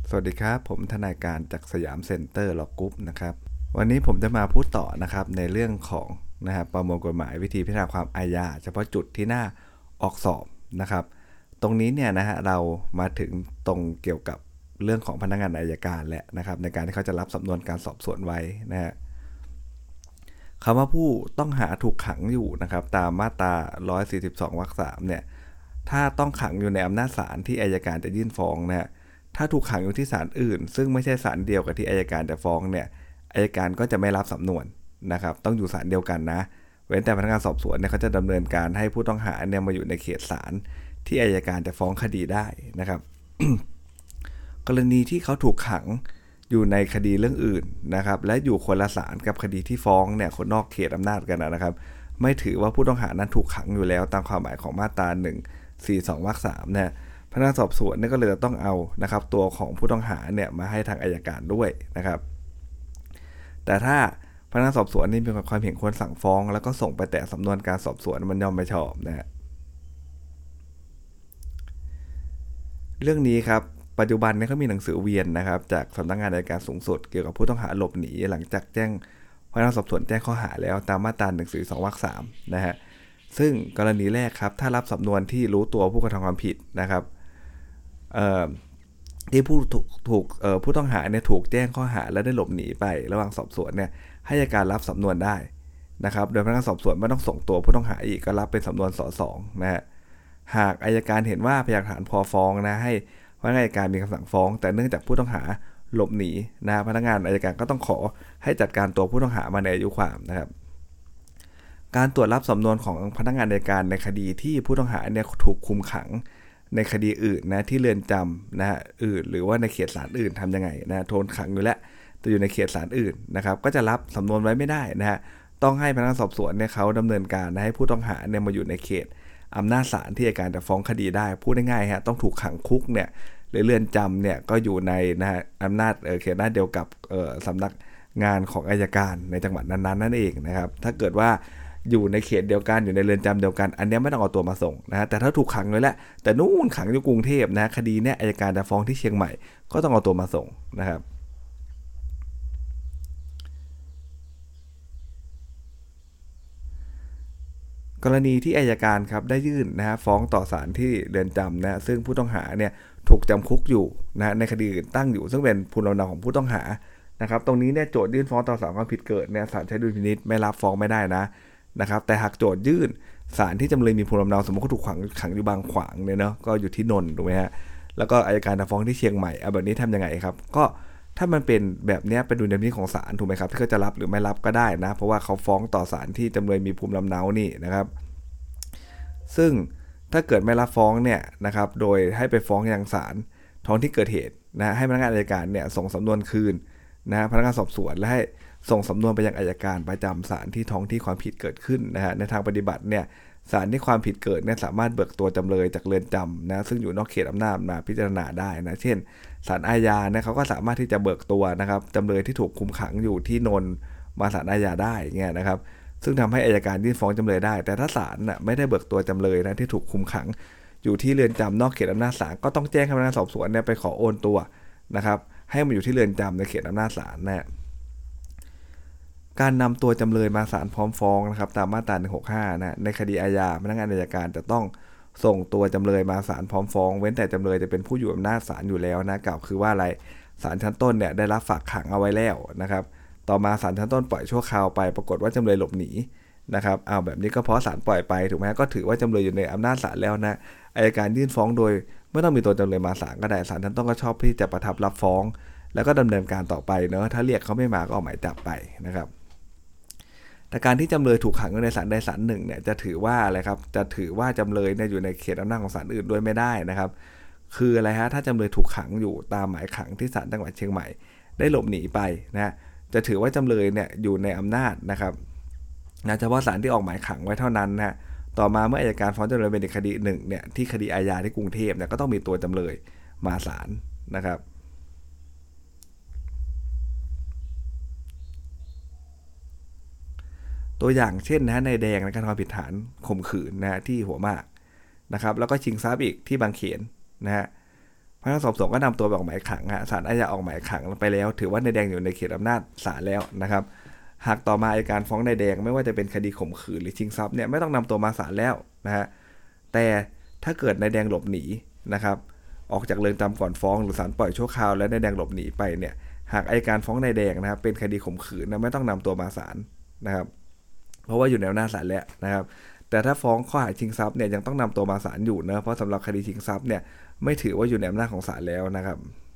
สวัสดีครับผมทนายการจากสยามเซ็นเตอร์ลอกรุ๊ปนะครับวันนี้ผมจะมาพูดต่อนะครับในเรื่องของนะครับประมวลกฎหมายวิธีพิจารณาความอาญาเฉพาะจุดที่น่าออกสอบนะครับตรงนี้เนี่ยนะฮะเรามาถึงตรงเกี่ยวกับเรื่องของพนักงานอัยการแล้วนะครับในการที่เขาจะรับสำนวนการสอบสวนไว้นะฮะคำว่าผู้ต้องหาถูกขังอยู่นะครับตามมาตรา142วรรค3เนี่ยถ้าต้องขังอยู่ในอำนาจศาลที่อัยการจะยื่นฟ้องนะฮะถ้าถูกขังอยู่ที่ศาลอื่นซึ่งไม่ใช่ศาลเดียวกับที่อัยการจะฟ้องเนี่ยอัยการก็จะไม่รับสำนวนนะครับต้องอยู่ศาลเดียวกันนะเว้นแต่พนักงานสอบสวนเนี่ยเขาจะดำเนินการให้ผู้ต้องหาเนี่ยมาอยู่ในเขตศาลที่อัยการจะฟ้องคดีได้นะครับ กรณีที่เขาถูกขังอยู่ในคดีเรื่องอื่นนะครับและอยู่คนละศาลกับคดีที่ฟ้องเนี่ยคนนอกเขตอำนาจกันนะครับไม่ถือว่าผู้ต้องหานั้นถูกขังอยู่แล้วตามความหมายของมาตรา142วรรค3เนี่ยพนักงานสอบสวนเนี่ยก็เลยต้องเอานะครับตัวของผู้ต้องหาเนี่ยมาให้ทางอัยการด้วยนะครับแต่ถ้าพนักงานสอบสวนนี่มีความเห็นควรสั่งฟ้องแล้วก็ส่งไปแต่สำนวนการสอบสวนมันย่อมไม่ชอบนะฮะเรื่องนี้ครับปัจจุบันเนี่ยเขามีหนังสือเวียนนะครับจากสำนักงานอัยการสูงสุดเกี่ยวกับผู้ต้องหาหลบหนีหลังจากแจ้งพนักงานสอบสวนแจ้งข้อหาแล้วตามมาตรา142วรรค3นะฮะซึ่งกรณีแรกครับถ้ารับสำนวนที่รู้ตัวผู้กระทำความผิดนะครับที่ผู้ต้องหาเนี่ยถูกแจ้งข้อหาและได้หลบหนีไประหว่างสอบสวนเนี่ยให้อัยการรับสำนวนได้นะครับโดยพนักงานสอบสวนไม่ต้องส่งตัวผู้ต้องหาอีกก็รับเป็นสำนวนส2นะฮะหากอัยการเห็นว่าพยานหลักฐานพอฟ้องนะให้พนักงานอัยการมีคำสั่งฟ้องแต่เนื่องจากผู้ต้องหาหลบหนีนะพนักงานอัยการก็ต้องขอให้จัดการตัวผู้ต้องหามาในอายุความนะครับการตรวจรับสำนวนของพนักงานอัยการในคดีที่ผู้ต้องหาเนี่ยถูกคุมขังในคดีอื่นนะที่เรือนจำนะฮะอื่นหรือว่าในเขตศาลอื่นทำยังไงนะโทนขังอยู่แล้วแต่อยู่ในเขตศาลอื่นนะครับก็จะรับสำนวนไว้ไม่ได้นะฮะต้องให้พนักงานสอบสวนเนี่ยเขาดำเนินการให้ผู้ต้องหาเนี่ยมาอยู่ในเขตอำนาจศาลที่อัยการจะฟ้องคดีได้พูดง่ายๆฮะต้องถูกขังคุกเนี่ยหรือเรือนจำเนี่ยก็อยู่ในนะฮะอำนาจเขตอำนาจเดียวกับสำนักงานของอัยการในจังหวัดนั้นๆนั่นเองนะครับถ้าเกิดว่าอยู่ในเขตเดียวกันอยู่ในเรือนจำเดียวกันอันนี้ไม่ต้องเอาตัวมาส่งนะแต่ถ้าถูกขังไว้แล้วแต่นู่นขังอยู่กรุงเทพนะคดีเนี่ยอัยการจะฟ้องที่เชียงใหม่ก็ต้องเอาตัวมาส่งนะครับกรณีที่อัยการครับได้ยื่นนะฮะฟ้องต่อศาลที่เรือนจำนะซึ่งผู้ต้องหาเนี่ยถูกจำคุกอยู่นะในคดีอื่นตั้งอยู่ซึ่งเป็นภูมิลำเนาของผู้ต้องหานะครับตรงนี้เนี่ยโจทยื่นฟ้องต่อศาลความผิดเกิดเนี่ยศาลใช้ดุลพินิจไม่รับฟ้องไม่ได้นะครับแต่หากโจทยื่นศาลที่จำเลยมีภูมิลำเนาสมมติเขาถูกขังอยู่บางขวางเนี่ยเนาะก็อยู่ที่นนท์ถูกไหมฮะแล้วก็อัยการจะฟ้องที่เชียงใหม่แบบนี้ทำยังไงครับก็ถ้ามันเป็นแบบนี้เป็นดุลพินิจของศาลถูกไหมครับที่เขาจะรับหรือไม่รับก็ได้นะเพราะว่าเขาฟ้องต่อศาลที่จำเลยมีภูมิลำเนานี่นะครับซึ่งถ้าเกิดไม่รับฟ้องเนี่ยนะครับโดยให้ไปฟ้องยังศาลท้องที่เกิดเหตุนะให้พนักงานอัยการเนี่ยส่งสำนวนคืนนะพนักงานสอบสวนและให้ส่งสำนวนไปยังอัยการประจำศาลที่ท้องที่ความผิดเกิดขึ้นนะฮะในทางปฏิบัติเนี่ยศาลที่ความผิดเกิดเนี่ยสามารถเบิกตัวจำเลยจากเรือนจำนะซึ่งอยู่นอกเขตอำนาจมาพิจารณาได้นะเช่นศาลอาญาเนี่ยเขาก็สามารถที่จะเบิกตัวนะครับจำเลยที่ถูกคุมขังอยู่ที่นนท์มาศาลอาญาได้เงี้ยนะครับซึ่งทำให้อัยการยื่นฟ้องจำเลยได้แต่ถ้าศาลน่ะไม่ได้เบิกตัวจำเลยนะที่ถูกคุมขังอยู่ที่เรือนจำนอกเขตอำนาจศาลก็ต้องแจ้งให้พนักงานสอบสวนเนี่ยไปขอโอนตัวนะครับให้มาอยู่ที่เรือนจำในเขตอำนาจศาลนะการนำตัวจำเลยมาศาลพร้อมฟ้องนะครับตามมาตรา165นะในคดีอาญาพนักงานอัยการจะต้องส่งตัวจำเลยมาศาลพร้อมฟ้องเว้นแต่จำเลยจะเป็นผู้อยู่อำนาจศาลอยู่แล้วนะกล่าวคือว่าอะไรศาลชั้นต้นเนี่ยได้รับฝากขังเอาไว้แล้วนะครับต่อมาศาลชั้นต้นปล่อยชั่วคราวไปปรากฏว่าจำเลยหลบหนีนะครับแบบนี้ก็เพราะศาลปล่อยไปถูกไหมก็ถือว่าจำเลยอยู่ในอำนาจศาลแล้วนะอัยการยื่นฟ้องโดยไม่ต้องมีตัวจำเลยมาศาลก็ได้ศาลชั้นต้นก็ชอบที่จะประทับรับฟ้องแล้วก็ดำเนินการต่อไปเนาะถ้าเรียกเขาไม่มาก็ออกหมายจับไปนะครับแต่การที่จำเลยถูกขังอยู่ในศาลใดศาลหนึ่งเนี่ยจะถือว่าอะไรครับจะถือว่าจำเลยเนี่ยอยู่ในเขตอำนาจของศาลอื่นด้วยไม่ได้นะครับคืออะไรฮะถ้าจำเลยถูกขังอยู่ตามหมายขังที่ศาลจังหวัดเชียงใหม่ได้หลบหนีไปนะจะถือว่าจำเลยเนี่ยอยู่ในอำนาจนะครับเฉพาะศาลที่ออกหมายขังไว้เท่านั้นนะต่อมาเมื่ออัยการฟ้องจำเลยเป็นคดีหนึ่งเนี่ยที่คดีอาญาที่กรุงเทพเนี่ยก็ต้องมีตัวจำเลยมาศาลนะครับตัวอย่างเช่นนะนายแดงในการทำผิดฐานข่มขืนนะที่หัวหมากนะครับแล้วก็ชิงทรัพย์อีกที่บางเขนนะฮะพนักงานสอบสวนก็นำตัวไปออกหมายขังศาลอาญาออกหมายขังไปแล้วถือว่านายแดงอยู่ในเขตอำนาจศาลแล้วนะครับหากต่อมาอัยการฟ้องนายแดงไม่ว่าจะเป็นคดีข่มขืนหรือชิงทรัพย์เนี่ยไม่ต้องนำตัวมาศาลแล้วนะฮะแต่ถ้าเกิดนายแดงหลบหนีนะครับออกจากเรือนจำก่อนฟ้องหรือศาลปล่อยชั่วคราวแล้วนายแดงหลบหนีไปเนี่ยหากอัยการฟ้องนายแดงนะครับเป็นคดีข่มขืนนะไม่ต้องนำตัวมาศาลนะครับเพราะว่าอยู่ในอำนาจศาลแล้วนะครับแต่ถ้าฟ้องข้อหาชิงทรัพย์เนี่ยยังต้องนำตัวมาศาลอยู่นะเพราะสำหรับคดีชิงทรัพย์เนี่ยไม่ถือว่าอยู่ในอำนาจของศาลแล้วนะครับ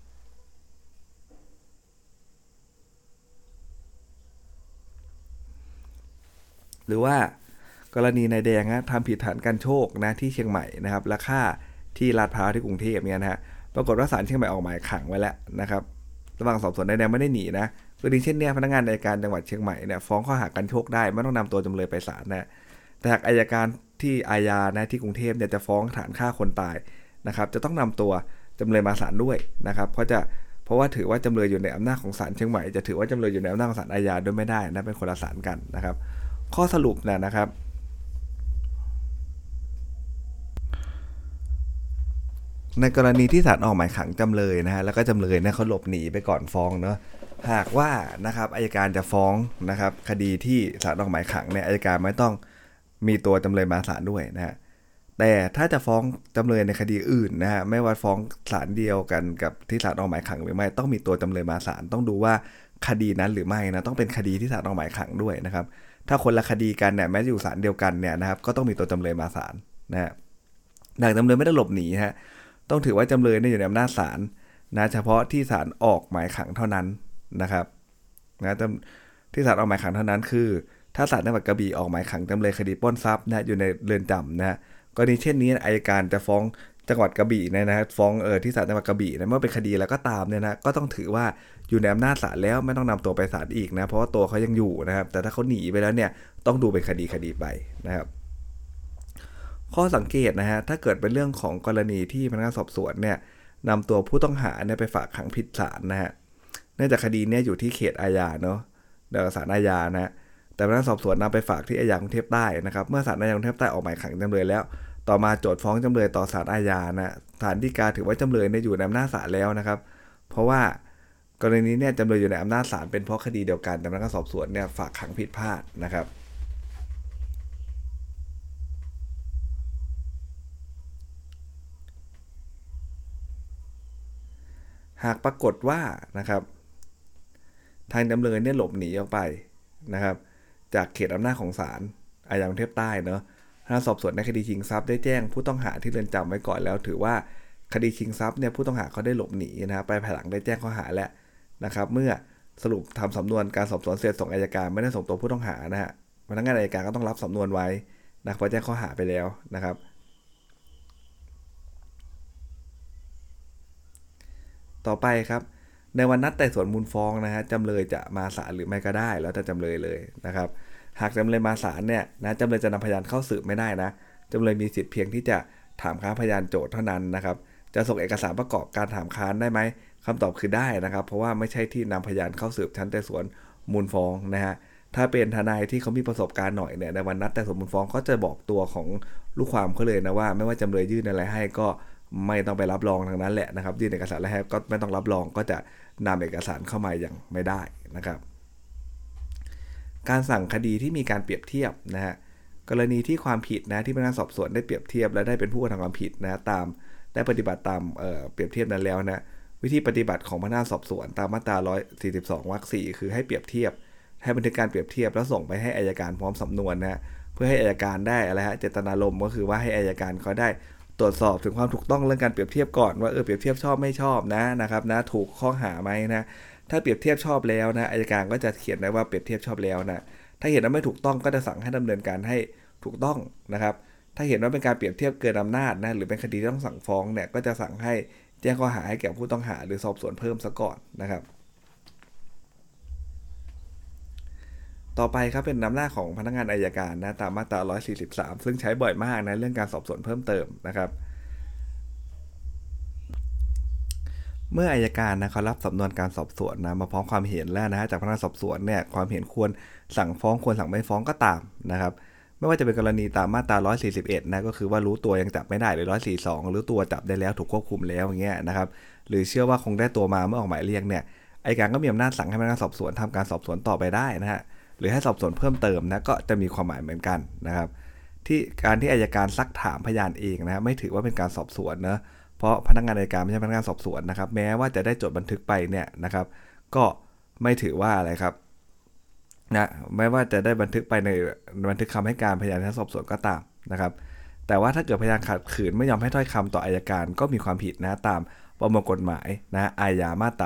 หรือว่ากรณีนายแดงทำผิดฐานการโชคนะที่เชียงใหม่นะครับและฆ่าที่ลาดพร้าวที่กรุงเทพเนี่ยนะฮะปรากฏว่าศาลเชียงใหม่ออกหมายขังไว้แล้วนะครับระหว่างสอบสวนนายแดงไม่ได้หนีนะกรณีเช่นนี้พนักงานอัยการจังหวัดเชียงใหม่เนี่ยฟ้องข้อหาการโชคได้ไม่ต้องนำตัวจำเลยไปศาลนะแต่หากอัยการที่อาญานะที่กรุงเทพเนี่ยจะฟ้องฐานฆ่าคนตายนะครับจะต้องนำตัวจำเลยมาศาลด้วยนะครับเพราะว่าถือว่าจำเลยอยู่ในอำนาจของศาลเชียงใหม่จะถือว่าจำเลยอยู่ในอำนาจของศาลอาญาด้วยไม่ได้นะเป็นคนละศาลกันนะครับข้อสรุปนะครับในกรณีที่ศาลออกหมายขังจำเลยนะฮะแล้วก็จำเลยเนี่ยเขาหลบหนีไปก่อนฟ้องเนาะหากว่านะครับอัยการจะฟ้องนะครับคดีที่ศาลออกหมายขังเนี่ยอัยการไม่ต้องมีตัวจำเลยมาศาลด้วยนะฮะแต่ถ้าจะฟ้องจำเลยในคดีอื่นนะฮะไม่ว่าฟ้องศาลเดียวกันกับที่ศาลออกหมายขังหรือไม่ต้องมีตัวจำเลยมาศาลต้องดูว่าคดีนั้นหรือไม่นะต้องเป็นคดีที่ศาลออกหมายขังด้วยนะครับถ้าคนละคดีกันเนี่ยแม้จะอยู่ศาลเดียวกันเนี่ยนะครับก็ต้องมีตัวจำเลยมาศาลนะฮะหากจำเลยไม่ได้หลบหนีฮะต้องถือว่าจำเลยอยู่ในอำนาจศาลนะเฉพาะที่ศาลออกหมายขังเท่านั้นนะครับนะที่ศาลออกหมายขังเท่านั้นคือถ้าศาลจังหวัดกระบี่ออกหมายขังจำเลยคดีปล้นทรัพย์นะอยู่ในเรือนจำนะกรณีเช่นนี้อัยการจะฟ้องจังหวัดกระบี่นะฟ้องที่ศาลจังหวัดกระบี่นะเมื่อเป็นคดีแล้วก็ตามเนี่ยนะก็ต้องถือว่าอยู่ในอำนาจศาลแล้วไม่ต้องนำตัวไปศาลอีกนะเพราะว่าตัวเขายังอยู่นะครับแต่ถ้าเขาหนีไปแล้วเนี่ยต้องดูเป็นคดีไปนะครับข้อสังเกตนะฮะถ้าเกิดเป็นเรื่องของกรณีที่พนักงานสอบสวนเนี่ยนำตัวผู้ต้องหาเนี่ยไปฝากขังผิดศาลนะฮะเนื่องจากคดีเนี่ยอยู่ที่เขตอาญาเนาะเดี๋ยวศาลอาญานะแต่พนักงานสอบสวนนำไปฝากที่อัยการกรุงเทพใต้นะครับเมื่อศาลอาญากรุงเทพใต้ออกหมายขังจำเลยแล้วต่อมาโจทก์ฟ้องจำเลยต่อศาลอาญานะศาลฎีกาถือว่าจำเลยเนี่ยอยู่ในอำนาจศาลแล้วนะครับเพราะว่ากรณีเนี่ยจำเลยอยู่ในอำนาจศาลเป็นเพราะคดีเดียวกันแต่พนักงานสอบสวนเนี่ยฝากขังผิดพลาดนะครับหากปรากฏว่านะครับทางจำเลยเนี่ยหลบหนีออกไปนะครับจากเขตอำนาจของศาลอาญากรุงเทพใต้เนาะพนักงานสอบสวนในคดีชิงทรัพย์ได้แจ้งผู้ต้องหาที่เรือนจำไว้ก่อนแล้วถือว่าคดีชิงทรัพย์เนี่ยผู้ต้องหาเขาได้หลบหนีนะไปภายหลังได้แจ้งข้อหาแล้วนะครับเมื่อสรุปทำสำนวนการสอบสวนเสร็จส่งอัยการไม่ได้ส่งตัวผู้ต้องหานะฮะพนักงานอัยการก็ต้องรับสำนวนไว้นะเพราะแจ้งข้อหาไปแล้วนะครับต่อไปครับในวันนัดไต่สวนมูลฟ้องนะฮะจำเลยจะมาศาลหรือไม่ก็ได้แล้วแต่จำเลยเลยนะครับหากจำเลยมาศาลเนี่ยนะจำเลยจะนำพยานเข้าสืบไม่ได้นะจำเลยมีสิทธิ์เพียงที่จะถามค้านพยานโจทย์เท่านั้นนะครับจะส่งเอกสารประกอบการถามค้านได้ไหมคำตอบคือได้นะครับเพราะว่าไม่ใช่ที่นำพยานเข้าสืบชั้นไต่สวนมูลฟ้องนะฮะถ้าเป็นทนายที่เขามีประสบการณ์หน่อยเนี่ยในวันนัดไต่สวนมูลฟ้องก็จะบอกตัวของลูกความเขาเลยนะว่าไม่ว่าจำเลยยื่นอะไรให้ก็ไม่ต้องไปรับรองทางนั้นแหละนะครับยื่นเอกสารอะไรให้ก็ไม่ต้องรับรองก็จะนำเอกสารเข้ามาอย่างไม่ได้นะครับการสั่งคดีที่มีการเปรียบเทียบนะฮะกรณีที่ความผิดนะที่พนักงานสอบสวนได้เปรียบเทียบและได้เป็นผู้กระทำความผิดนะตามได้ปฏิบัติตามเปรียบเทียบนั้นแล้วนะวิธีปฏิบัติของพนักงานสอบสวนตามมาตรา142วรรค4คือให้เปรียบเทียบให้บันทึกการเปรียบเทียบแล้วส่งไปให้อัยการพร้อมสำนวนนะเพื่อให้อัยการได้อะไรฮะเจตนารมณ์ก็คือว่าให้อัยการเขาได้ตรวจสอบถึงความถูกต้องเรื่องการเปรียบเทียบก่อนว่าเปรียบเทียบชอบไม่ชอบนะครับนะถูกข้อหาไหมนะถ้าเปรียบเทียบชอบแล้วนะอัยการก็จะเขียนไว้ว่าเปรียบเทียบชอบแล้วนะถ้าเห็นว่าไม่ถูกต้องก็จะสั่งให้ดำเนินการให้ถูกต้องนะครับถ้าเห็นว่าเป็นการเปรียบเทียบเกินอำนาจนะหรือเป็นคดีที่ต้องสั่งฟ้องเนี่ยก็จะสั่งให้แจ้งข้อหาให้แก่ผู้ต้องหาหรือสอบสวนเพิ่มซะก่อนนะครับต่อไปครับเป็นอำนาจของพนักงานอัยการนะตามมาตรา143ซึ่งใช้บ่อยมากนะเรื่องการสอบสวนเพิ่มเติมนะครับเมื่ออัยการนะเขารับสำนวนการสอบสวนนะมาพร้อมความเห็นแล้วนะจากพนักงานสอบสวนเนี่ยความเห็นควรสั่งฟ้องควรสั่งไม่ฟ้องก็ตามนะครับไม่ว่าจะเป็นกรณีตามมาตรา141นะก็คือว่ารู้ตัวยังจับไม่ได้หรือ142หรือตัวจับได้แล้วถูกควบคุมแล้วอย่างเงี้ยนะครับหรือเชื่อว่าคงได้ตัวมาเมื่อออกหมายเรียกเนี่ยอัยการก็มีอำนาจสั่งให้พนักงานสอบสวนทำการสอบสวนต่อไปได้นะฮะหรือให้สอบสวนเพิ่มเติมนะก็จะมีความหมายเหมือนกันนะครับที่การที่อัยการซักถามพยานเองนะไม่ถือว่าเป็นการสอบสวนนะเพราะพนักงานอัยการไม่ใช่พนักงานสอบสวนนะครับแม้ว่าจะได้จดบันทึกไปเนี่ยนะครับก็ไม่ถือว่าอะไรครับนะไม่ว่าจะได้บันทึกไปในบันทึกคำให้การพยานในสอบสวนก็ตามนะครับแต่ว่าถ้าเกิดพยานขัดขืนไม่ยอมให้ถ้อยคำต่ออัยการก็มีความผิดนะตามประมวลกฎหมายนะอาญามาตรา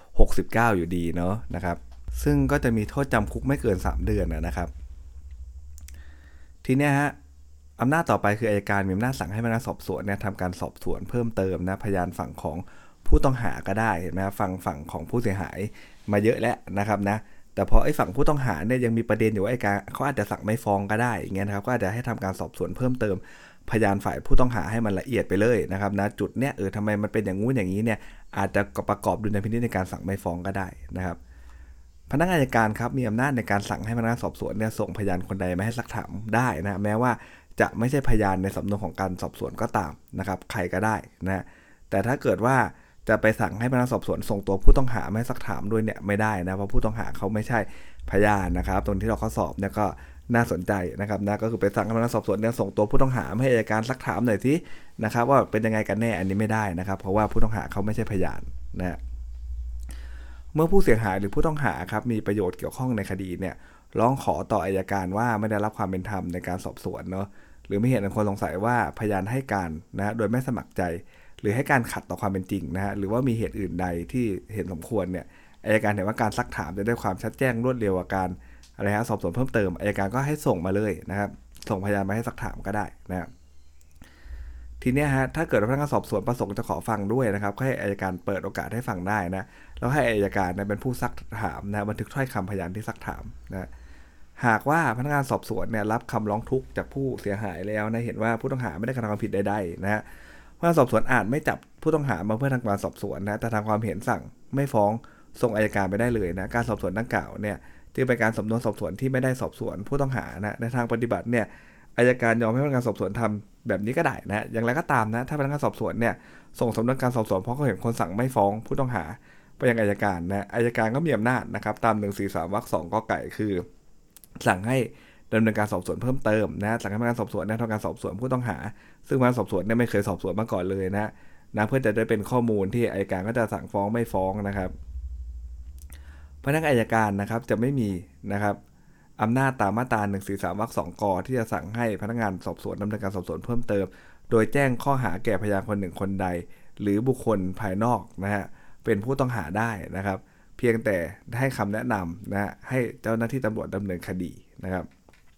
169อยู่ดีเนาะนะครับซึ่งก็จะมีโทษจำคุกไม่เกิน3 เดือนนะครับทีเนี้ยฮะอำนาจต่อไปคืออัยการมีอำนาจสั่งให้พนักงานสอบสวนเนี่ยทำการสอบสวนเพิ่มเติมนะพยานฝั่งของผู้ต้องหาก็ได้เห็นไหมฝั่งของผู้เสียหายมาเยอะแล้วนะครับนะแต่พอไอ้ฝั่งผู้ต้องหาเนี่ยยังมีประเด็นอยู่ว่าอัยการเขาอาจจะสั่งไม่ฟ้องก็ได้อย่างเงี้ยนะครับก็อาจจะให้ทำการสอบสวนเพิ่มเติมพยานฝ่ายผู้ต้องหาให้มันละเอียดไปเลยนะครับนะจุดเนี้ยทำไมมันเป็นอย่างงู้นอย่างนี้เนี่ยอาจจะประกอบดุลยพินิจในการสั่งไม่ฟ้องก็ได้นะครับพนักงานอัยการครับมีอำนาจในการสั่งให้พนักงานสอบสวนเนี่ยส่งพยานคนใดมาให้ซักถามได้นะแม้ว่าจะไม่ใช่พยานในสำนวนของการสอบสวนก็ตามนะครับใครก็ได้นะแต่ถ้าเกิดว่าจะไปสั่งให้พนักงานสอบสวนส่งตัวผู้ต้องหามาให้ซักถามด้วยเนี่ยไม่ได้นะเพราะผู้ต้องหาเขาไม่ใช่พยานนะครับตรงที่เราข้อสอบเนี่ยก็น่าสนใจนะครับนะก็คือไปสั่งให้พนักงานสอบสวนเนี่ยส่งตัวผู้ต้องหามาให้อัยการซักถามหน่อยสินะครับว่าเป็นยังไงกันแน่อันนี้ไม่ได้นะครับเพราะว่าผู้ต้องหาเขาไม่ใช่พยานนะเมื่อผู้เสียหายหรือผู้ต้องหาครับมีประโยชน์เกี่ยวข้องในคดีเนี่ยร้องขอต่ออัยการว่าไม่ได้รับความเป็นธรรมในการสอบสวนเนาะหรือมีเหตุอันควรสงสัยว่าพยานให้การนะโดยไม่สมัครใจหรือให้การขัดต่อความเป็นจริงนะฮะหรือว่ามีเหตุอื่นใดที่เห็นสมควรเนี่ยอัยการเห็นว่าการซักถามจะได้ความชัดแจ้งรวดเร็วกว่าการอะไรฮะสอบสวนเพิ่มเติมอัยการก็ให้ส่งมาเลยนะครับส่งพยานมาให้ซักถามก็ได้นะครับทีนี้ฮะถ้าเกิดพนักงานสอบสวนประสงค์จะขอฟังด้วยนะครับก็ให้อัยการเปิดโอกาสให้ฟังได้นะแล้วให้อัยการเป็นผู้ซักถามนะบันทึกถ้อยคำพยานที่ซักถามนะหากว่าพนักงานสอบสวนเนี่ยรับคำร้องทุกข์จากผู้เสียหายแล้วนะเห็นว่าผู้ต้องหาไม่ได้กระทำความผิดใดๆนะฮะพนักงานสอบสวนอาจไม่จับผู้ต้องหามาเพื่อทำการสอบสวนนะแต่ทางความเห็นสั่งไม่ฟ้องส่งอัยการไปได้เลยนะการสอบสวนดังกล่าวเนี่ยจึงเป็นการสำนวนสอบสวนที่ไม่ได้สอบสวนผู้ต้องหานะในทางปฏิบัติเนี่ยอัยการยอมให้พนักงานสอบสวนทำแบบนี้ก็ได้นะอย่างไรก็ตามนะถ้าพนักงานสอบสวนเนี่ยส่งสำนวนการสอบสวนเพราะเขาเห็นคนสั่งไม่ฟ้องผู้ต้องหาไปยังอัยการนะอัยการก็มีอำนาจนะครับตาม143วรรค2ก.ไก่คือสั่งให้ดำเนินการสอบสวนเพิ่มเติมนะสั่งให้พนักงานสอบสวนทำการสอบสวนผู้ต้องหาซึ่งพนักงานสอบสวนเนี่ยไม่เคยสอบสวนมาก่อนเลยนะเพื่อจะได้เป็นข้อมูลที่อัยการก็จะสั่งฟ้องไม่ฟ้องนะครับพนักงานอัยการนะครับจะไม่มีนะครับอำนาจตามมาตรา143วรรค2 ก.ที่จะสั่งให้พนักงานสอบสวนดำเนินการสอบสวนเพิ่มเติมโดยแจ้งข้อหาแก่พยานคนหนึ่งคนใดหรือบุคคลภายนอกนะฮะเป็นผู้ต้องหาได้นะครับเพียงแต่ให้คำแนะนำนะให้เจ้าหน้าที่ตำรวจดำเนินคดีนะครับ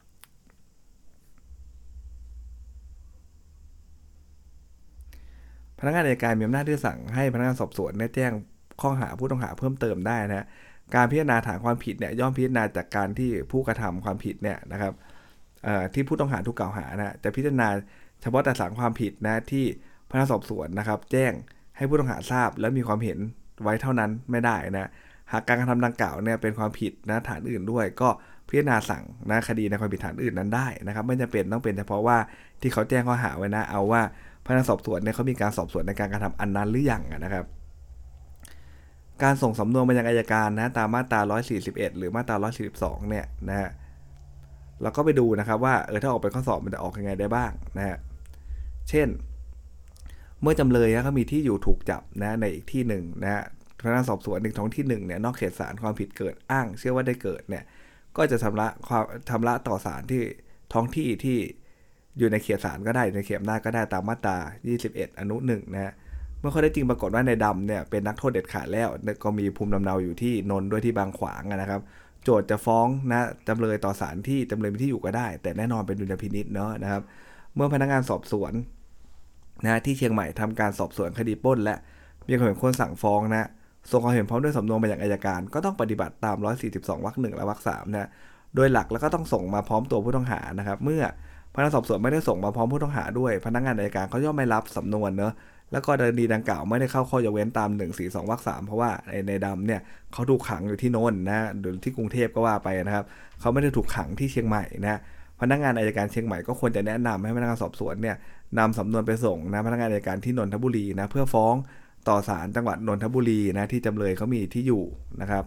พนักงานอัยการมีอำนาจที่สั่งให้พนักงานสอบสวนแจ้งข้อหาผู้ต้องหาเพิ่มเติมได้นะการพิจารณาฐานความผิดเนี่ยย่อมพิจารณาจากการที่ผู้กระทำความผิดเนี่ยนะครับที่ผู้ต้องหาถูกกล่าวหานะจะพิจารณาเฉพาะแต่ฐานความผิดนะที่พนักงานสอบสวนนะครับแจ้งให้ผู้ต้องหาทราบและมีความเห็นไว้เท่านั้นไม่ได้นะหากการกระทำดังกล่าวเนี่ยเป็นความผิดนะฐานอื่นด้วยก็พิจารณาสั่งนะคดีในความผิดฐานอื่นนั้นได้นะครับไม่จำเป็นต้องเป็นเฉพาะว่าที่เขาแจ้งข้อหาไว้นะเอาว่าพนักงานสอบสวนเนี่ยเขามีการสอบสวนในการกระทำอันนั้นหรือยังนะครับการส่งสำนวนมายังอัยการนะตามมาตรา141หรือมาตรา142เนี่ยนะฮะเราก็ไปดูนะครับว่าถ้าออกเป็นข้อสอบมันจะออกยังไงได้บ้างนะฮะเช่นเมื่อจำเลยเขามีที่อยู่ถูกจับนะในอีกที่หนึ่งนะฮะพนักงานสอบสวนในท้องที่หนึ่งเนี่ยนอกเขตศาลความผิดเกิดอ้างเชื่อว่าได้เกิดเนี่ยก็จะชำระต่อศาลที่ท้องที่ที่อยู่ในเขตศาลก็ได้ในเขตอำนาจก็ได้ตามมาตรา21อนุ1นะฮะเมื่อข้อได้จริงปรากฏว่าในดำเนี่ยเป็นนักโทษเด็ดขาดแล้วก็มีภูมิลำเนาอยู่ที่นนท์ด้วยที่บางขวางนะครับโจทก์จะฟ้องนะจำเลยต่อศาลที่จำเลยมีที่อยู่ก็ได้แต่แน่นอนเป็นดุลยพินิจเนาะนะครับเมื่อพนักงานสอบสวนนะที่เชียงใหม่ทำการสอบสวนคดีปล้นและมีความเห็นคนสั่งฟ้องนะส่งความเห็นพร้อมด้วยสำนวนมายังอัยการก็ต้องปฏิบัติตาม142วรรค1และวรรค3นะโดยหลักแล้วก็ต้องส่งมาพร้อมตัวผู้ต้องหานะครับเมื่อพนักงานสอบสวนไม่ได้ส่งมาพร้อมผู้ต้องหาด้วยพนักงานอัยการเขาย่อมไม่รับสำนวนเนาะแล้วก็กรณีดังกล่าวไม่ได้เข้าข้อยกเว้นตาม142วรรค3เพราะว่าในดำเนี่ยเขาถูกขังอยู่ที่โน่นนะหรือที่กรุงเทพก็ว่าไปนะครับเขาไม่ได้ถูกขังที่เชียงใหม่นะพนักงานอัยการเชียงใหม่ก็ควรจะแนะนำให้พนักงานสอบสวนเนี่ยนำสำนวนไปส่งนะพนักงานอัยการที่นนทบุรีนะเพื่อฟ้องต่อศาลจังหวัดนนทบุรีนะที่จำเลยเขามีที่อยู่นะครับ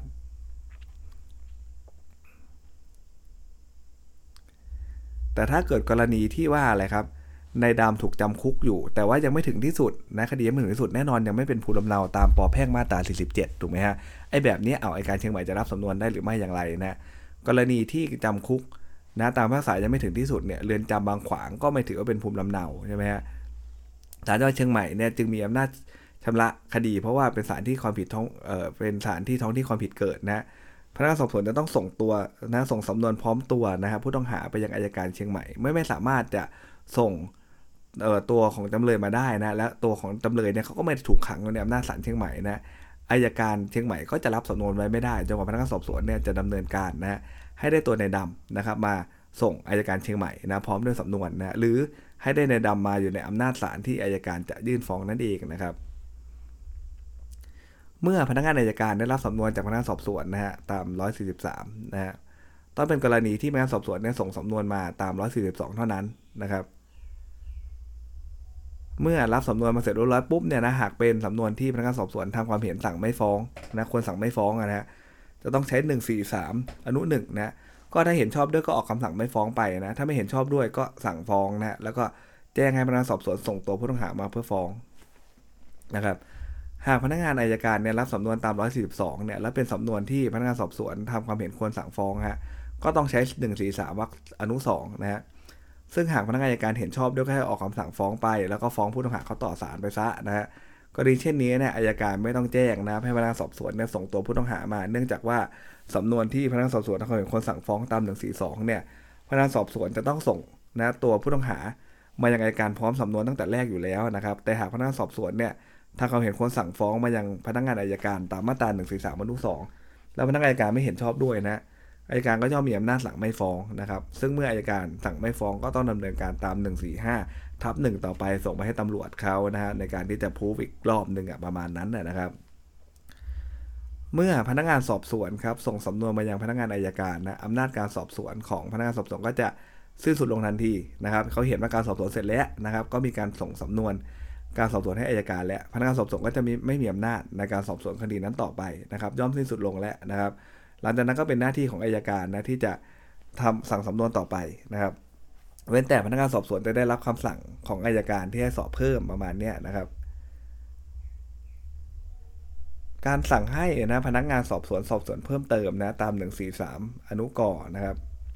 แต่ถ้าเกิดกรณีที่ว่าอะไรครับนายดำถูกจำคุกอยู่แต่ว่ายังไม่ถึงที่สุดนะคดียังไม่ถึงที่สุดแน่นอนยังไม่เป็นภูมิลำเนาตามป.แพ่งมาตรา47ถูกไหมฮะไอ้แบบนี้อัยการเชียงใหม่จะรับสำนวนได้หรือไม่อย่างไรนะกรณีที่จำคุกนะตามภาษายังไม่ถึงที่สุดเนี่ยเรือนจำบางขวางก็ไม่ถือว่าเป็นภูมิลำเนาใช่ไหมฮะศาลจังหวัดเชียงใหม่เนี่ยจึงมีอำนาจชำระคดีเพราะว่าเป็นศาลที่ความผิดเป็นศาลที่ท้องที่ความผิดเกิดนะพนักงานสอบสวนจะต้องส่งตัวนะส่งสำนวนพร้อมตัวนะครับผู้ต้องหาไปยังอัยการเชียงใหม่ไม่สามารถจะส่งตัวของจำเลยมาได้นะและตัวของจำเลยเนี่ยเขาก็ไม่ถูกขังในอำนาจศาลเชียงใหม่นะอัยการเชียงใหม่ก็จะรับสำนวนไว้ไม่ได้จนกว่าพนักงานสอบสวนเนี่ยจะดำเนินการนะให้ได้ตัวในดำนะครับมาส่งอัยการเชียงใหม่นะพร้อมด้วยสำนวนนะหรือให้ได้ในดำมาอยู่ในอำนาจศาลที่อัยการจะยื่นฟ้องนั่นเองนะครับเมื่อพนักงานอัยการได้รับสำนวนจากพนักงานสอบสวนนะฮะตาม143นะฮะต้องเป็นกรณีที่พนักงานสอบสวนเนี่ยส่งสำนวนมาตาม142เท่านั้นนะครับเมื่อรับสำนวนมาเสร็จเรียบร้อยปุ๊บเนี่ยนะหากเป็นสำนวนที่พนักงานสอบสวนทำความเห็นสั่งไม่ฟ้องนะควรสั่งไม่ฟ้องนะฮะจะต้องใช้143อนุ1นะก็ถ้าเห็นชอบด้วยก็ออกคำสั่งไม่ฟ้องไปนะถ้าไม่เห็นชอบด้วยก็สั่งฟ้องนะแล้วก็แจ้งให้พนักงานสอบสวนส่งตัวผู้ต้องหามาเพื่อฟ้องนะครับหากพนักงานอัยการเนี่ยรับสำนวนตาม142เนี่ยและเป็นสำนวนที่พนักงานสอบสวนทำความเห็นควรสั่งฟ้องฮะก็ต้องใช้143วรรคอนุ2นะฮะซึ่งหากพนักงานอัยการเห็นชอบด้วยก็ให้ออกคำสั่งฟ้องไปแล้วก็ฟ้องผู้ต้องหาเขาต่อศาลไปซะนะฮะกรณีเช่นนี้เนี่ยอัยการไม่ต้องแจ้งนะให้พนักงานสอบสวนเนี่ยส่งตัวผู้ต้องหามาเนื่องจากว่าสำนวนที่พนักงานสอบสวนทำความเห็นควรสั่งฟ้องตาม142เนี่ยพนักงานสอบสวนจะต้องส่งนะตัวผู้ต้องหามายังอัยการพร้อมสำนวนตั้งแต่แรกอยู่แล้วนะครับแต่หากพนักงานสอบสวนเนี่ยถ้าเขาเห็นควรสั่งฟ้องมายังพนักงานอัยการตามมาตรา143วรรค2แล้วพนักงานอัยการไม่เห็นชอบด้วยนะอัยการก็ย่อมมีอำนาจสั่งไม่ฟ้องนะครับซึ่งเมื่ออัยการสั่งไม่ฟ้องก็ต้องดำเนินการตาม145/1ต่อไปส่งไปให้ตำรวจเขานะฮะในการที่จะพูฟอีกรอบนึงประมาณนั้นนะครับเมื่อพนักงานสอบสวนครับส่งสำนวนมายังพนักงานอัยการนะอำนาจการสอบสวนของพนักงานสอบสวนก็จะสิ้นสุดลงทันทีนะครับเขาเห็นว่าการสอบสวนเสร็จแล้วนะครับก็มีการส่งสำนวนการสอบสวนให้อัยการและพนักงานสอบสวนก็จะไม่มีอำนาจในการสอบสวนคดีนั้นต่อไปนะครับย่อมสิ้นสุดลงแล้วนะครับหลังจากนั้นก็เป็นหน้าที่ของอัยการนะที่จะสั่งสำนวนต่อไปนะครับเว้นแต่พนักงานสอบสวนจะได้รับคำสั่งของอัยการที่ให้สอบเพิ่มประมาณนี้นะครับการสั่งให้นะพนักงานสอบสวนเพิ่มเติมนะตาม143อนุกนะครับ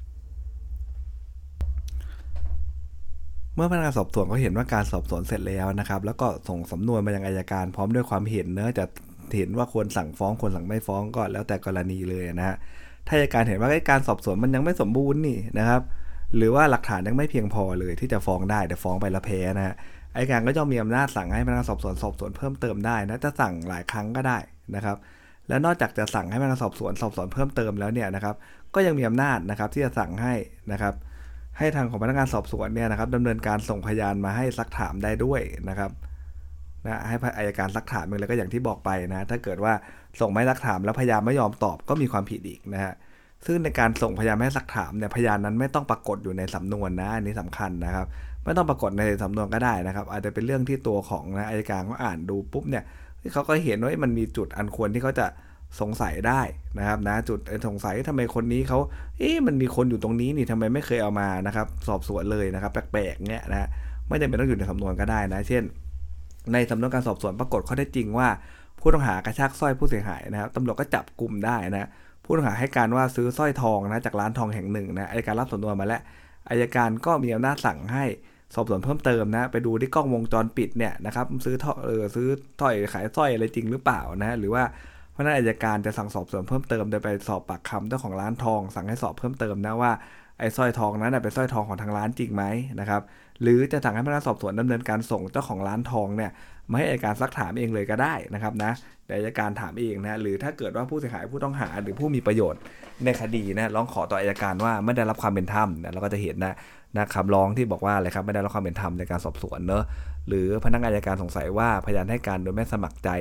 เมื่อพนักงานสอบสวนเขาเห็นว่าการสอบสวนเสร็จแล้วนะครับแล้วก็ส่งสำนวนมายังอัยการพร้อมด้วยความเห็นเนื้อจะเห็นว่าควรสั่งฟ้องควรสั่งไม่ฟ้องก็แล้วแต่กรณีเลยนะฮะถ้าอัยการเห็นว่าการสอบสวนมันยังไม่สมบูรณ์นี่นะครับหรือว่าหลักฐานยังไม่เพียงพอเลยที่จะฟ้องได้แต่ฟ้องไปแล้วแพ้นะฮะอัยการก็จะมีอำนาจสั่งให้พนักงานสอบสวนเพิ่มเติมได้นะจะสั่งหลายครั้งก็ได้นะครับและนอกจากจะสั่งให้พนักงานสอบสวนเพิ่มเติมแล้วเนี่ยนะครับก็ยังมีอำนาจนะครับที่จะสั่งให้นะครับให้ทางของพนักงานสอบสวนเนี่ยนะครับดำเนินการส่งพยานมาให้ซักถามได้ด้วยนะครับนะให้อัยการซักถามเองแล้วก็อย่างที่บอกไปนะถ้าเกิดว่าส่งไม่ซักถามแล้วพยานไม่ยอมตอบก็มีความผิดอีกนะฮะซึ่งในการส่งพยานให้ซักถามเนี่ยพยานนั้นไม่ต้องปรากฏอยู่ในสำนวนนะอันนี้สำคัญนะครับไม่ต้องปรากฏในสำนวนก็ได้นะครับอาจจะเป็นเรื่องที่ตัวของนะอัยการเขาอ่านดูปุ๊บเนี่ยเขาก็เห็นว่ามันมีจุดอันควรที่เขาจะสงสัยได้นะครับนะจุดสงสัยทำไมคนนี้เขามันมีคนอยู่ตรงนี้นี่ทำไมไม่เคยเอามานะครับสอบสวนเลยนะครับแปลกๆเนี่ยนะไม่จำเป็นต้องอยู่ในสำนวนก็ได้นะเช่นในสำนวนการสอบสวนปรากฏข้อเท็จจริงว่าผู้ต้องหากระชากสร้อยผู้เสียหายนะครับตำรวจก็จับกุมได้นะผู้ต้องหาให้การว่าซื้อสร้อยทองนะจากร้านทองแห่งหนึ่งนะอัยการรับสำนวนมาแล้วอัยการก็มีอำนาจสั่งให้สอบสวนเพิ่มเติมนะไปดูที่กล้องวงจรปิดเนี่ยนะครับซื้อถ้อยขายสร้อยอะไรจริงหรือเปล่านะหรือว่าเพราะนั้นอัยการจะสั่งสอบสวนเพิ่มเติมโดยไปสอบปากคำเจ้าของร้านทองสั่งให้สอบเพิ่มเติมนะว่าไอ้สร้อยทองนั้นเป็นสร้อยทองของทางร้านจริงไหมนะครับหรือจะสั่งให้พนักงานสอบสวนดำเนินการส่งเจ้าของร้านทองเนี่ยมาให้อัยการซักถามเองเลยก็ได้นะครับนะแต่อัยการถามเองนะหรือถ้าเกิดว่าผู้เสียหายผู้ต้องหาหรือผู้มีประโยชน์ในคดีนะร้องขอต่ออัยการว่าไม่ได้รับความเป็นธรรมนะเราก็จะเห็นนะคำร้องที่บอกว่าอะไรครับไม่ได้รับความเป็นธรรมในการสอบสวนเนอะหรือพนักงานอัยการสงสัยว่าพยานให้การโดยไม่สมัครใจ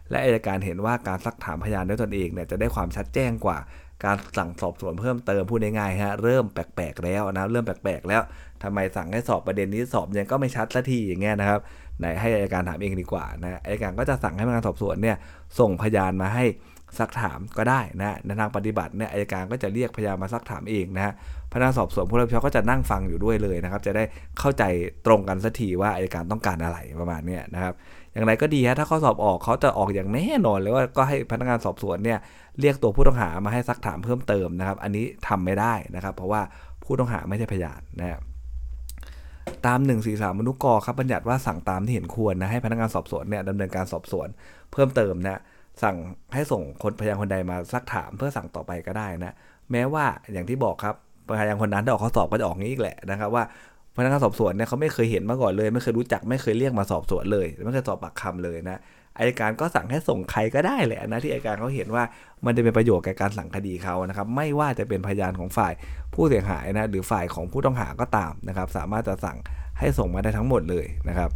และอัยการเห็นว่าการซักถามพยานด้วยตนเองเนี่ยจะได้ความชัดแจ้งกว่าการสั่งสอบสวนเพิ่มเติมพูดง่ายๆฮะเริ่มแปลกๆแล้วนะเริ่มแปลกๆแล้วทำไมสั่งให้สอบประเด็นนี้สอบยังก็ไม่ชัดสักทีอย่างเงี้ยนะครับไหนให้อัยการถามเองดีกว่านะอัยการก็จะสั่งให้พนักงานสอบสวนเนี่ยส่งพยานมาให้ซักถามก็ได้นะในทางปฏิบัติเนี่ยอัยการก็จะเรียกพยานมาซักถามเองนะฮะพนักงานสอบสวนผู้รับผิดชอบก็จะนั่งฟังอยู่ด้วยเลยนะครับจะได้เข้าใจตรงกันสักทีว่าอัยการต้องการอะไรประมาณนี้นะครับอย่างไรก็ดีฮะถ้าข้อสอบออกเขาจะออกอย่างแน่นอนเลยว่าก็ให้พนักงานสอบสวนเนี่ยเรียกตัวผู้ต้องหามาให้ซักถามเพิ่มเติมนะครับอันนี้ทำไม่ได้นะครับเพราะว่าผู้ต้องหาไม่ใช่พยานนะครับตาม143 มนุษย์กครับบัญญัติว่าสั่งตามที่เห็นควรนะให้พนักงานสอบสวนเนี่ยดำเนินการสอบสวนเพิ่มเติมนะสั่งให้ส่งคนพยานคนใดมาซักถามเพื่อสั่งต่อไปก็ได้นะแม้ว่าอย่างที่บอกครับพยานคนนั้นถ้าออกข้อสอบก็จะออกงี้อีกแหละนะครับว่าพนักงานสอบสวนเนี่ยเขาไม่เคยเห็นมาก่อนเลยไม่เคยรู้จักไม่เคยเรียกมาสอบสวนเลยไม่เคยสอบปากคำเลยนะอัยการก็สั่งให้ส่งใครก็ได้แหละนะที่อัยการเขาเห็นว่ามันจะเป็นประโยชน์แก่การสั่งคดีเขานะครับไม่ว่าจะเป็นพยานของฝ่ายผู้เสียหายนะหรือฝ่ายของผู้ต้องหาก็ตามนะครับสามารถจะสั่งให้ส่งมาได้ทั้งหมดเลยนะครับ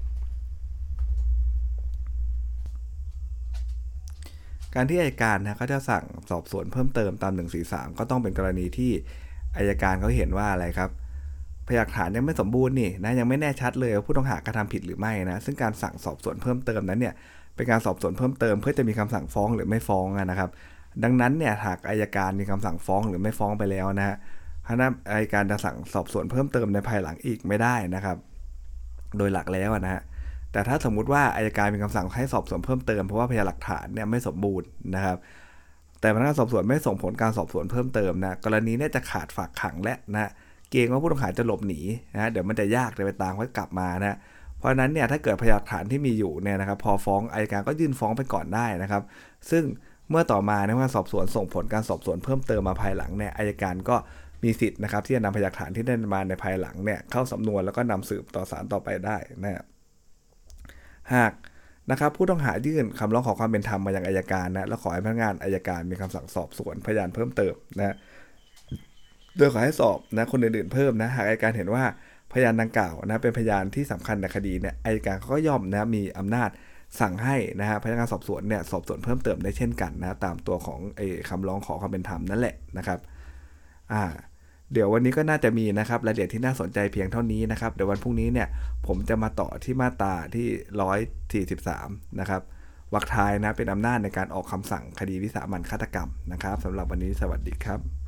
การที่อัยการนะเขาจะสั่งสอบสวนเพิ่มเติมตาม143ก็ต้องเป็นกรณีที่อัยการเขาเห็นว่าอะไรครับพยานหลักฐานยังไม่สมบูรณ์นี่นะยังไม่แน่ชัดเลยว่าผู้ต้องหากระทำผิดหรือไม่นะซึ่งการสั่งสอบสวนเพิ่มเติมนั้นเนี่ยเป็นการสอบสวนเพิ่มเติมเพื่อจะมีคำสั่งฟ้องหรือไม่ฟ้องนะครับดังนั้นเนี่ยหากอัยการมีคำสั่งฟ้องหรือไม่ฟ้องไปแล้วนะฮะคณะอัยการจะสั่งสอบสวนเพิ่มเติมในภายหลังอีกไม่ได้นะครับโดยหลักแล้วนะฮะแต่ถ้าสมมุติว่าอัยการมีคำสั่งให้สอบสวนเพิ่มเติมเพราะว่าพยานหลักฐานเนี่ยไม่สมบูรณ์นะครับแต่พนักงานสอบสวนไม่ส่งผลการสอบสวนเพิ่มเติมนะกรณีนี้จะขาดฝากขังและนะเกรงว่าผู้ต้องหาจะหลบหนีนะเดี๋ยวมันจะยากจะไปตามเขากลับมานะเพราะนั้นเนี่ยถ้าเกิดพยานหลักฐานที่มีอยู่เนี่ยนะครับพอฟ้องอัยการก็ยื่นฟ้องไปก่อนได้นะครับซึ่งเมื่อต่อมาในการสอบสวนส่งผลการสอบสวนเพิ่มเติมมาภายหลังเนี่ยอัยการก็มีสิทธิ์นะครับที่จะนำพยานหลักฐานที่ได้มาในภายหลังเนี่ยเข้าสำนวนแล้วก็นำสืบต่อศาลต่อไปได้นะหากนะครับผู้ต้องหายื่นคำร้องขอความเป็นธรรมมายังอัยการนะแล้วขอให้พนักงานอัยการมีคำสั่งสอบสวนพยานเพิ่มเติมนะโดยขอให้สอบนะคนอื่นๆเพิ่มนะหากอัยการเห็นว่าพยานดังกล่าวนะเป็นพยานที่สำคัญในคดีเนี่ยอัยการเขาก็ย่อมนะมีอำนาจสั่งให้นะฮะพนักงานสอบสวนเนี่ยสอบสวนเพิ่มเติมได้เช่นกันนะตามตัวของคำร้องขอความเป็นธรรมนั่นแหละนะครับเดี๋ยววันนี้ก็น่าจะมีนะครับรายละเอียดที่น่าสนใจเพียงเท่านี้นะครับเดี๋ยววันพรุ่งนี้เนี่ยผมจะมาต่อที่มาตราที่143นะครับวรรคท้ายนะเป็นอำนาจในการออกคำสั่งคดีวิสามัญฆาตกรรมนะครับสำหรับวันนี้สวัสดีครับ